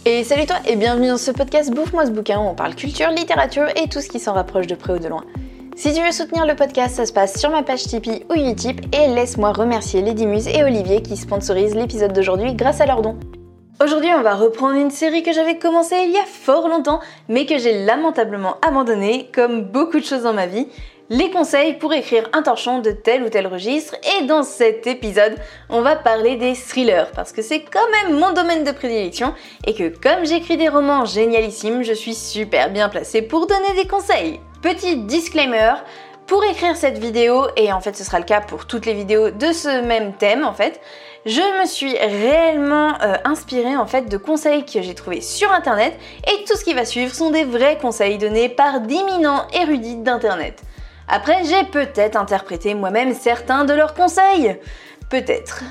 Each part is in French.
Et salut toi et bienvenue dans ce podcast Bouffe-moi ce bouquin où on parle culture, littérature et tout ce qui s'en rapproche de près ou de loin. Si tu veux soutenir le podcast, ça se passe sur ma page Tipeee ou Utip et laisse-moi remercier Lady Muse et Olivier qui sponsorisent l'épisode d'aujourd'hui grâce à leurs dons. Aujourd'hui, on va reprendre une série que j'avais commencée il y a fort longtemps, mais que j'ai lamentablement abandonnée, comme beaucoup de choses dans ma vie. Les conseils pour écrire un torchon de tel ou tel registre, et dans cet épisode, on va parler des thrillers, parce que c'est quand même mon domaine de prédilection, et que comme j'écris des romans génialissimes, je suis super bien placée pour donner des conseils. Petit disclaimer, pour écrire cette vidéo, et en fait ce sera le cas pour toutes les vidéos de ce même thème en fait, je me suis réellement inspirée en fait de conseils que j'ai trouvés sur internet, et tout ce qui va suivre sont des vrais conseils donnés par d'éminents érudits d'internet. Après, j'ai peut-être interprété moi-même certains de leurs conseils. Peut-être.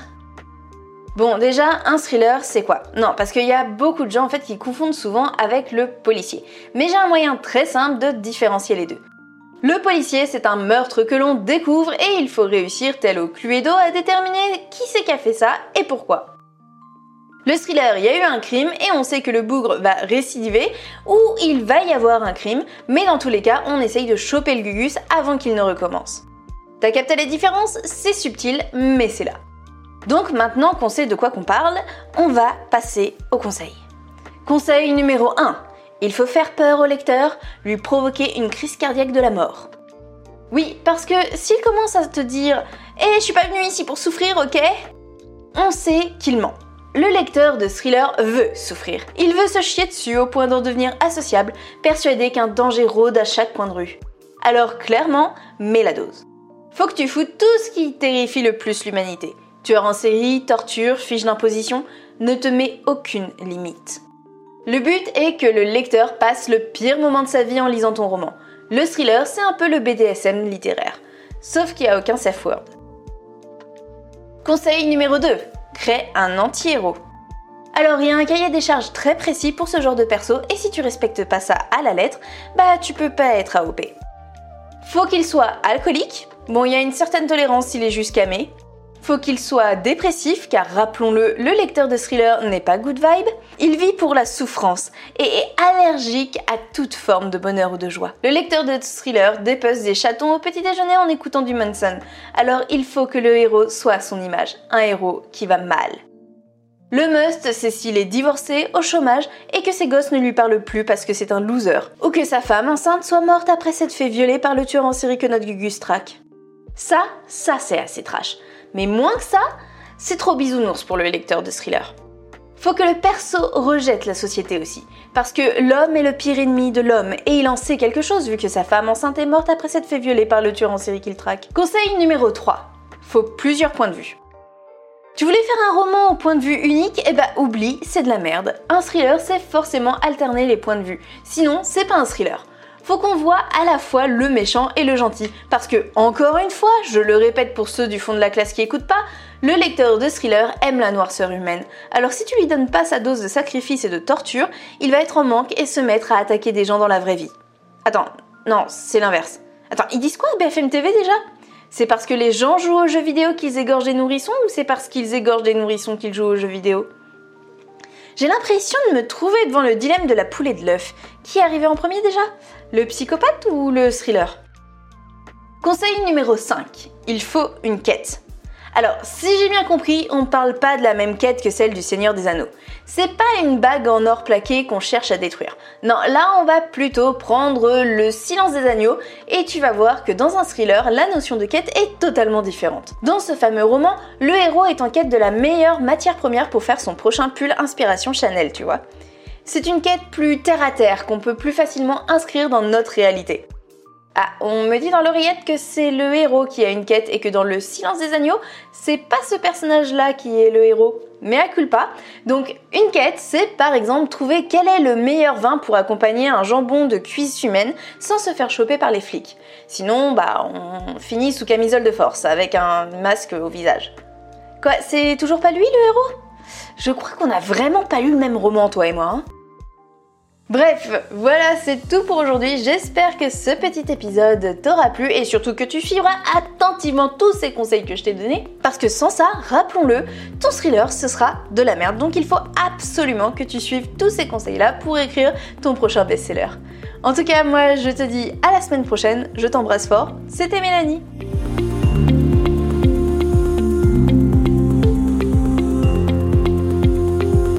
Bon, déjà, un thriller, c'est quoi? Non, parce qu'il y a beaucoup de gens en fait qui confondent souvent avec le policier. Mais j'ai un moyen très simple de différencier les deux. Le policier, c'est un meurtre que l'on découvre et il faut réussir, tel au Cluedo, à déterminer qui c'est qui a fait ça et pourquoi. Le thriller, il y a eu un crime et on sait que le bougre va récidiver ou il va y avoir un crime, mais dans tous les cas, on essaye de choper le gugus avant qu'il ne recommence. T'as capté les différences? C'est subtil, mais c'est là. Donc maintenant qu'on sait de quoi qu'on parle, on va passer au conseil. Conseil numéro 1. Il faut faire peur au lecteur, lui provoquer une crise cardiaque de la mort. Oui, parce que s'il commence à te dire « Eh, je suis pas venu ici pour souffrir, ok ?» on sait qu'il ment. Le lecteur de thriller veut souffrir. Il veut se chier dessus au point d'en devenir associable, persuadé qu'un danger rôde à chaque coin de rue. Alors clairement, mets la dose. Faut que tu foutes tout ce qui terrifie le plus l'humanité. Tueur en série, torture, fiche d'imposition, ne te mets aucune limite. Le but est que le lecteur passe le pire moment de sa vie en lisant ton roman. Le thriller, c'est un peu le BDSM littéraire. Sauf qu'il n'y a aucun safe word. Conseil numéro 2. Crée un anti-héros. Alors il y a un cahier des charges très précis pour ce genre de perso et si tu respectes pas ça à la lettre, bah tu peux pas être AOP. Faut qu'il soit alcoolique, bon il y a une certaine tolérance s'il est juste camé. Faut qu'il soit dépressif car rappelons-le, le lecteur de thriller n'est pas good vibe. Il vit pour la souffrance et est allergique à toute forme de bonheur ou de joie. Le lecteur de thriller dépece des chatons au petit déjeuner en écoutant du Manson. Alors il faut que le héros soit à son image, un héros qui va mal. Le must, c'est s'il est divorcé, au chômage et que ses gosses ne lui parlent plus parce que c'est un loser. Ou que sa femme enceinte soit morte après s'être fait violer par le tueur en série que notre Gugus traque. Ça c'est assez trash. Mais moins que ça, c'est trop bisounours pour le lecteur de thriller. Faut que le perso rejette la société aussi, parce que l'homme est le pire ennemi de l'homme, et il en sait quelque chose vu que sa femme enceinte est morte après s'être fait violer par le tueur en série qu'il traque. Conseil numéro 3. Faut plusieurs points de vue. Tu voulais faire un roman au point de vue unique? Eh bah oublie, c'est de la merde. Un thriller, c'est forcément alterner les points de vue. Sinon, c'est pas un thriller. Faut qu'on voit à la fois le méchant et le gentil. Parce que, encore une fois, je le répète pour ceux du fond de la classe qui écoutent pas, le lecteur de thriller aime la noirceur humaine. Alors si tu lui donnes pas sa dose de sacrifice et de torture, il va être en manque et se mettre à attaquer des gens dans la vraie vie. Attends, non, c'est l'inverse. Attends, ils disent quoi à BFM TV déjà? C'est parce que les gens jouent aux jeux vidéo qu'ils égorgent des nourrissons ou c'est parce qu'ils égorgent des nourrissons qu'ils jouent aux jeux vidéo? J'ai l'impression de me trouver devant le dilemme de la poule et de l'œuf. Qui est arrivé en premier déjà? Le psychopathe ou le thriller? Conseil numéro 5. Il faut une quête. Alors, si j'ai bien compris, on ne parle pas de la même quête que celle du Seigneur des Anneaux. C'est pas une bague en or plaqué qu'on cherche à détruire. Non, là on va plutôt prendre le Silence des Agneaux et tu vas voir que dans un thriller, la notion de quête est totalement différente. Dans ce fameux roman, le héros est en quête de la meilleure matière première pour faire son prochain pull inspiration Chanel, tu vois. C'est une quête plus terre à terre qu'on peut plus facilement inscrire dans notre réalité. Ah, on me dit dans l'oreillette que c'est le héros qui a une quête et que dans le Silence des Agneaux, c'est pas ce personnage-là qui est le héros, mais à culpa. Donc une quête, c'est par exemple trouver quel est le meilleur vin pour accompagner un jambon de cuisse humaine sans se faire choper par les flics. Sinon, on finit sous camisole de force avec un masque au visage. Quoi, c'est toujours pas lui le héros? Je crois qu'on a vraiment pas lu le même roman, toi et moi, hein. Bref, voilà, c'est tout pour aujourd'hui. J'espère que ce petit épisode t'aura plu et surtout que tu suivras attentivement tous ces conseils que je t'ai donnés. Parce que sans ça, rappelons-le, ton thriller, ce sera de la merde. Donc il faut absolument que tu suives tous ces conseils-là pour écrire ton prochain best-seller. En tout cas, moi, je te dis à la semaine prochaine. Je t'embrasse fort. C'était Mélanie.